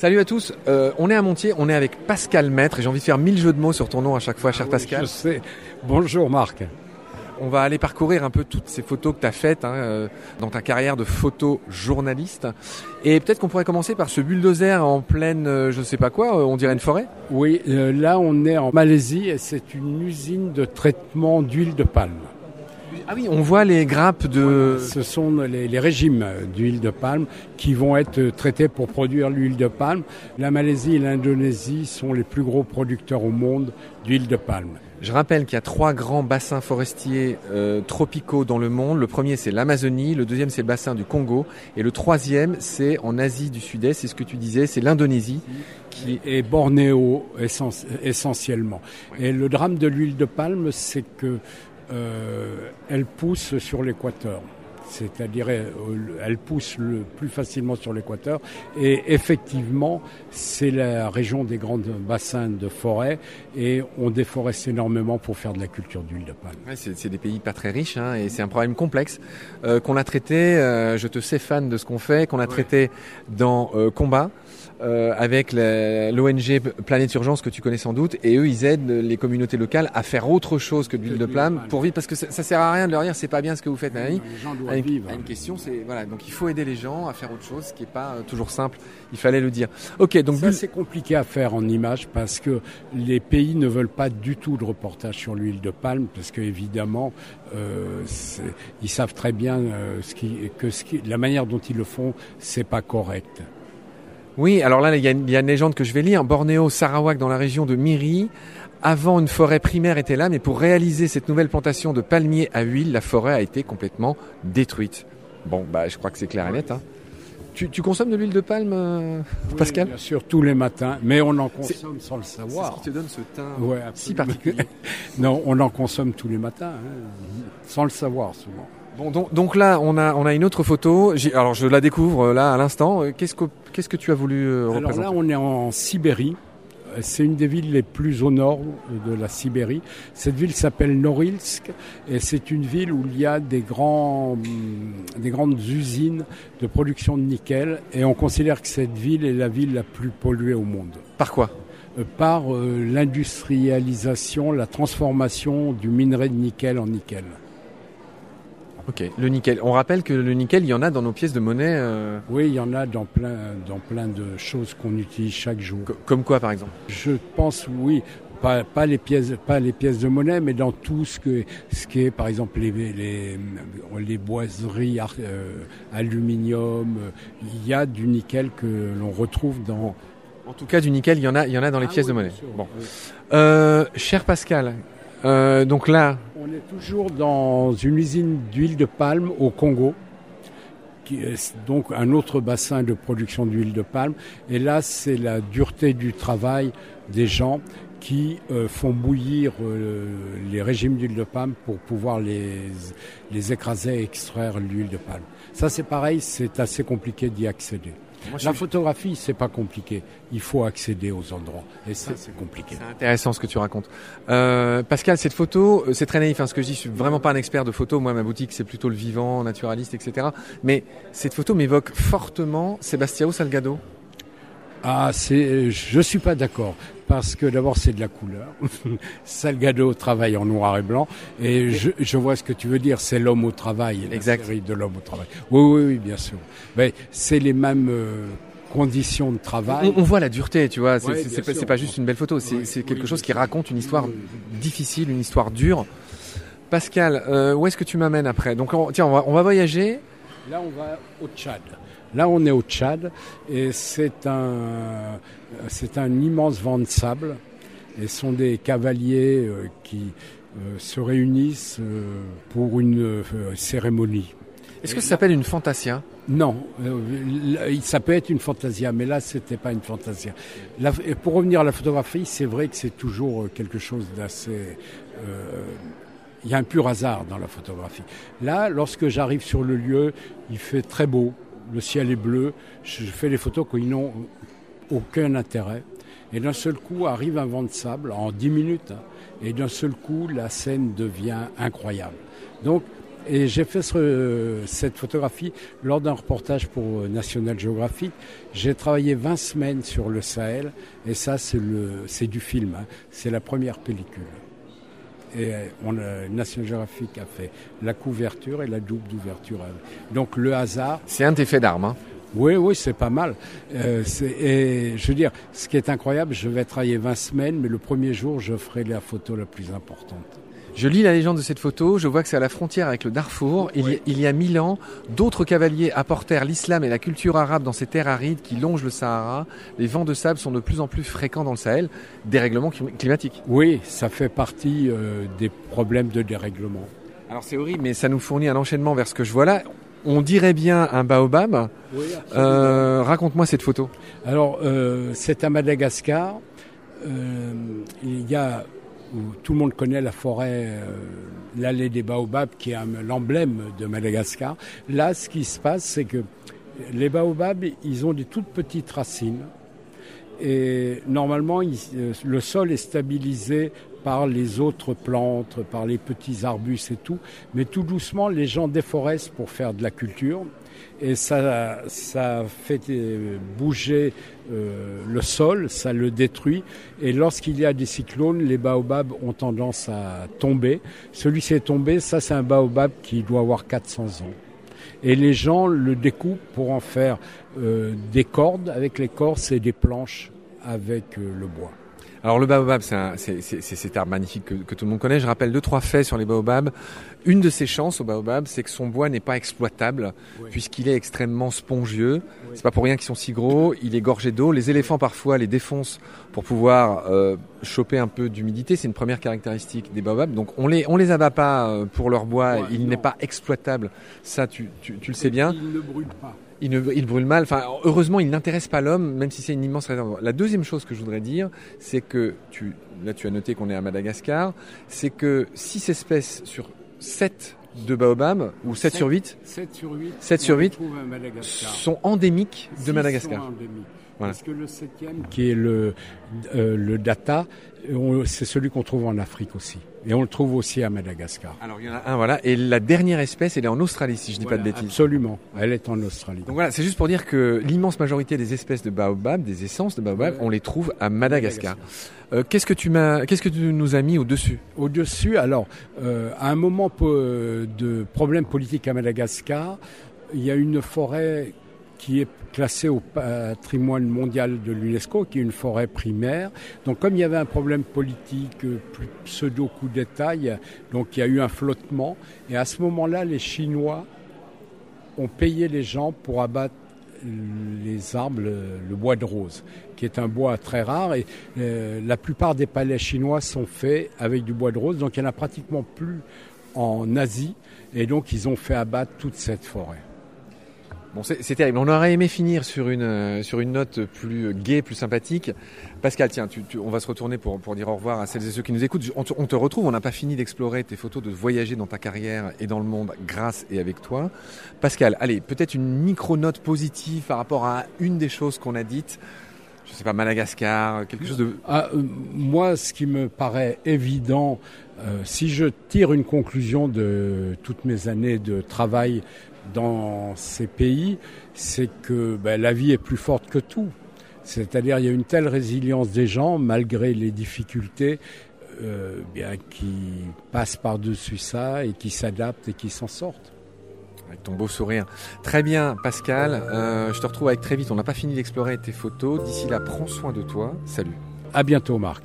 Salut à tous, on est à Montier, on est avec Pascal Maître et j'ai envie de faire 1000 jeux de mots sur ton nom à chaque fois, cher Pascal. Je sais. Bonjour Marc. On va aller parcourir un peu toutes ces photos que tu as faites dans ta carrière de photojournaliste. Et peut-être qu'on pourrait commencer par ce bulldozer en pleine, je ne sais pas quoi, on dirait une forêt. Oui, là on est en Malaisie et c'est une usine de traitement d'huile de palme. Ah oui, on voit les grappes de... Ce sont les régimes d'huile de palme qui vont être traités pour produire l'huile de palme. La Malaisie et l'Indonésie sont les plus gros producteurs au monde d'huile de palme. Je rappelle qu'il y a 3 grands bassins forestiers tropicaux dans le monde. Le premier, c'est l'Amazonie, le deuxième, c'est le bassin du Congo, et le troisième, c'est en Asie du Sud-Est, c'est ce que tu disais, c'est l'Indonésie. Et Bornéo essentiellement. Ouais. Et le drame de l'huile de palme, c'est que elle pousse sur l'équateur. C'est-à-dire elle pousse le plus facilement sur l'équateur et effectivement c'est la région des grands bassins de forêt et on déforeste énormément pour faire de la culture d'huile de palme. Ouais, c'est des pays pas très riches et c'est un problème complexe qu'on a traité, je te sais fan de ce qu'on fait, qu'on a traité dans Combat avec l'ONG Planète Urgence que tu connais sans doute, et eux ils aident les communautés locales à faire autre chose que de l'huile de palme pour vivre, parce que ça sert à rien de leur dire c'est pas bien ce que vous faites. Les gens doivent vivre. Une question, c'est voilà, donc il faut aider les gens à faire autre chose, ce qui est pas toujours simple. Il fallait le dire. Ok, donc ça c'est compliqué à faire en image parce que les pays ne veulent pas du tout de reportage sur l'huile de palme parce que évidemment ils savent très bien la manière dont ils le font, c'est pas correct. Oui, alors là, il y a une légende que je vais lire. Bornéo, Sarawak, dans la région de Miri. Avant, une forêt primaire était là, mais pour réaliser cette nouvelle plantation de palmiers à huile, la forêt a été complètement détruite. Bon, je crois que c'est clair et net. Tu consommes de l'huile de palme, Pascal ? Oui, bien sûr, tous les matins, mais on en consomme sans le savoir. C'est ce qui te donne ce teint si absolument. particulier. Non, on en consomme tous les matins, sans le savoir souvent. Bon, donc là, on a une autre photo. Alors, je la découvre là à l'instant. Qu'est-ce que tu as voulu représenter ? Alors là, on est en Sibérie. C'est une des villes les plus au nord de la Sibérie. Cette ville s'appelle Norilsk et c'est une ville où il y a des grandes usines de production de nickel et on considère que cette ville est la ville la plus polluée au monde. Par quoi ? Par l'industrialisation, la transformation du minerai de nickel en nickel. Ok, le nickel. On rappelle que le nickel, il y en a dans nos pièces de monnaie. Oui, il y en a dans plein de choses qu'on utilise chaque jour. Comme quoi, par exemple ? Je pense, oui, pas les pièces de monnaie, mais dans tout ce qui est, par exemple, les boiseries, aluminium. Il y a du nickel que l'on retrouve dans. En tout cas, du nickel, il y en a dans les pièces de monnaie. Bon, cher Pascal. Donc là, on est toujours dans une usine d'huile de palme au Congo, qui est donc un autre bassin de production d'huile de palme. Et là, c'est la dureté du travail des gens qui font bouillir les régimes d'huile de palme pour pouvoir les écraser et extraire l'huile de palme. Ça, c'est pareil, c'est assez compliqué d'y accéder. La photographie, c'est pas compliqué. Il faut accéder aux endroits. Et ça, c'est compliqué. C'est intéressant ce que tu racontes. Pascal, cette photo, c'est très naïf. Ce que je dis, je suis vraiment pas un expert de photo. Moi, ma boutique, c'est plutôt le vivant, naturaliste, etc. Mais cette photo m'évoque fortement Sebastião Salgado. Je suis pas d'accord. Parce que d'abord, c'est de la couleur. Salgado travaille en noir et blanc. Et je vois ce que tu veux dire. C'est l'homme au travail. Exact. La série de l'homme au travail. Oui, bien sûr. Mais c'est les mêmes conditions de travail. On voit la dureté, tu vois. C'est pas juste une belle photo. C'est quelque chose qui raconte une histoire difficile, une histoire dure. Pascal, où est-ce que tu m'amènes après ? Donc, on va voyager. Là, on va au Tchad. Là, on est au Tchad et c'est un immense vent de sable. Et ce sont des cavaliers qui se réunissent pour une cérémonie. Est-ce que ça s'appelle une fantasia ? Non, ça peut être une fantasia, mais là, c'était pas une fantasia. Pour revenir à la photographie, c'est vrai que c'est toujours quelque chose d'assez... il y a un pur hasard dans la photographie. Là, lorsque j'arrive sur le lieu, il fait très beau. Le ciel est bleu, je fais les photos qui n'ont aucun intérêt. Et d'un seul coup, arrive un vent de sable, en 10 minutes, et d'un seul coup, la scène devient incroyable. Donc, Et j'ai fait cette photographie lors d'un reportage pour National Geographic. J'ai travaillé 20 semaines sur le Sahel et ça c'est du film, hein. C'est la première pellicule. Et National Geographic a fait la couverture et la double d'ouverture. Donc le hasard... C'est un de tes faits d'armes, hein. Oui, c'est pas mal. Et je veux dire, ce qui est incroyable, je vais travailler 20 semaines, mais le premier jour, je ferai la photo la plus importante. Je lis la légende de cette photo, je vois que c'est à la frontière avec le Darfour. Oui. Il y a 1000 ans, d'autres cavaliers apportèrent l'islam et la culture arabe dans ces terres arides qui longent le Sahara. Les vents de sable sont de plus en plus fréquents dans le Sahel. Dérèglement climatique. Oui, ça fait partie des problèmes de dérèglement. Alors c'est horrible, mais ça nous fournit un enchaînement vers ce que je vois là. On dirait bien un baobab. Oui, raconte-moi cette photo. Alors, c'est à Madagascar. Il y a... Tout le monde connaît la forêt, l'allée des baobabs, qui est l'emblème de Madagascar. Là, ce qui se passe, c'est que les baobabs, ils ont des toutes petites racines. Et normalement, le sol est stabilisé par les autres plantes, par les petits arbustes et tout. Mais tout doucement, les gens déforestent pour faire de la culture. Et ça fait bouger le sol, ça le détruit. Et lorsqu'il y a des cyclones, les baobabs ont tendance à tomber. Celui-ci est tombé, ça c'est un baobab qui doit avoir 400 ans. Et les gens le découpent pour en faire des cordes avec l'écorce et des planches avec le bois. Alors le baobab, c'est cet arbre magnifique que tout le monde connaît. Je rappelle 2-3 faits sur les baobabs. Une de ses chances au baobab, c'est que son bois n'est pas exploitable, puisqu'il est extrêmement spongieux. C'est pas pour rien qu'ils sont si gros. Il est gorgé d'eau. Les éléphants parfois les défoncent pour pouvoir choper un peu d'humidité. C'est une première caractéristique des baobabs. Donc on les abat pas pour leur bois. Il n'est pas exploitable. Ça, tu le sais bien. Il ne brûle pas. Il brûle mal. Enfin, heureusement, il n'intéresse pas l'homme, même si c'est une immense réserve. La deuxième chose que je voudrais dire, c'est que tu as noté qu'on est à Madagascar, c'est que 6 espèces sur 7 de baobab, ou 7 sur 8, 7 sur 8 sont endémiques de Madagascar. Sont endémiques. Voilà. Parce que le 7e, qui est le data, c'est celui qu'on trouve en Afrique aussi. Et on le trouve aussi à Madagascar. Alors il y en a un, voilà. Et la dernière espèce, elle est en Australie, si je dis pas de bêtises. Absolument, elle est en Australie. Donc voilà, c'est juste pour dire que l'immense majorité des espèces de baobab, des essences de baobab, on les trouve à Madagascar. Qu'est-ce que tu nous as mis au-dessus ? Au-dessus, alors, à un moment de problème politique à Madagascar, il y a une forêt qui est classée au patrimoine mondial de l'UNESCO, qui est une forêt primaire. Donc comme il y avait un problème politique, pseudo-coup d'État, donc il y a eu un flottement. Et à ce moment-là, les Chinois ont payé les gens pour abattre les arbres, le bois de rose, qui est un bois très rare. Et la plupart des palais chinois sont faits avec du bois de rose, donc il n'y en a pratiquement plus en Asie. Et donc ils ont fait abattre toute cette forêt. Bon, c'est terrible. On aurait aimé finir sur une note plus gaie, plus sympathique. Pascal, tiens, on va se retourner pour dire au revoir à celles et ceux qui nous écoutent. On te retrouve. On n'a pas fini d'explorer tes photos, de voyager dans ta carrière et dans le monde grâce et avec toi. Pascal, allez, peut-être une micro-note positive par rapport à une des choses qu'on a dites. Je sais pas, Madagascar, quelque chose de... Moi, ce qui me paraît évident, si je tire une conclusion de toutes mes années de travail dans ces pays, c'est que la vie est plus forte que tout. C'est-à-dire il y a une telle résilience des gens, malgré les difficultés, qui passent par-dessus ça et qui s'adaptent et qui s'en sortent. Avec ton beau sourire. Très bien, Pascal. Je te retrouve avec très vite. On n'a pas fini d'explorer tes photos. D'ici là, prends soin de toi. Salut. À bientôt, Marc.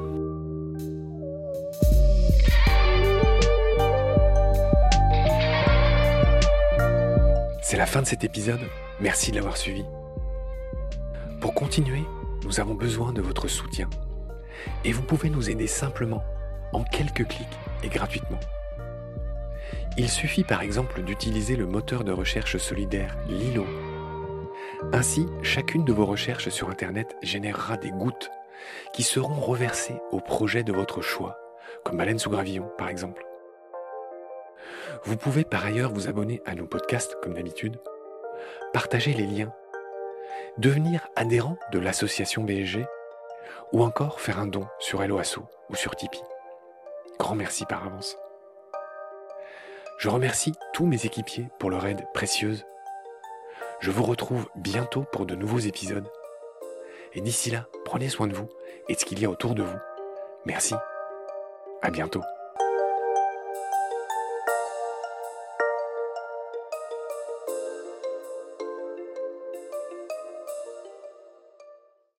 C'est la fin de cet épisode. Merci de l'avoir suivi. Pour continuer, nous avons besoin de votre soutien. Et vous pouvez nous aider simplement, en quelques clics et gratuitement. Il suffit par exemple d'utiliser le moteur de recherche solidaire Lilo. Ainsi, chacune de vos recherches sur Internet générera des gouttes qui seront reversées au projet de votre choix, comme Baleine sous gravillon par exemple. Vous pouvez par ailleurs vous abonner à nos podcasts comme d'habitude, partager les liens, devenir adhérent de l'association BSG ou encore faire un don sur Helloasso ou sur Tipeee. Grand merci par avance. Je remercie tous mes équipiers pour leur aide précieuse. Je vous retrouve bientôt pour de nouveaux épisodes. Et d'ici là, prenez soin de vous et de ce qu'il y a autour de vous. Merci. À bientôt.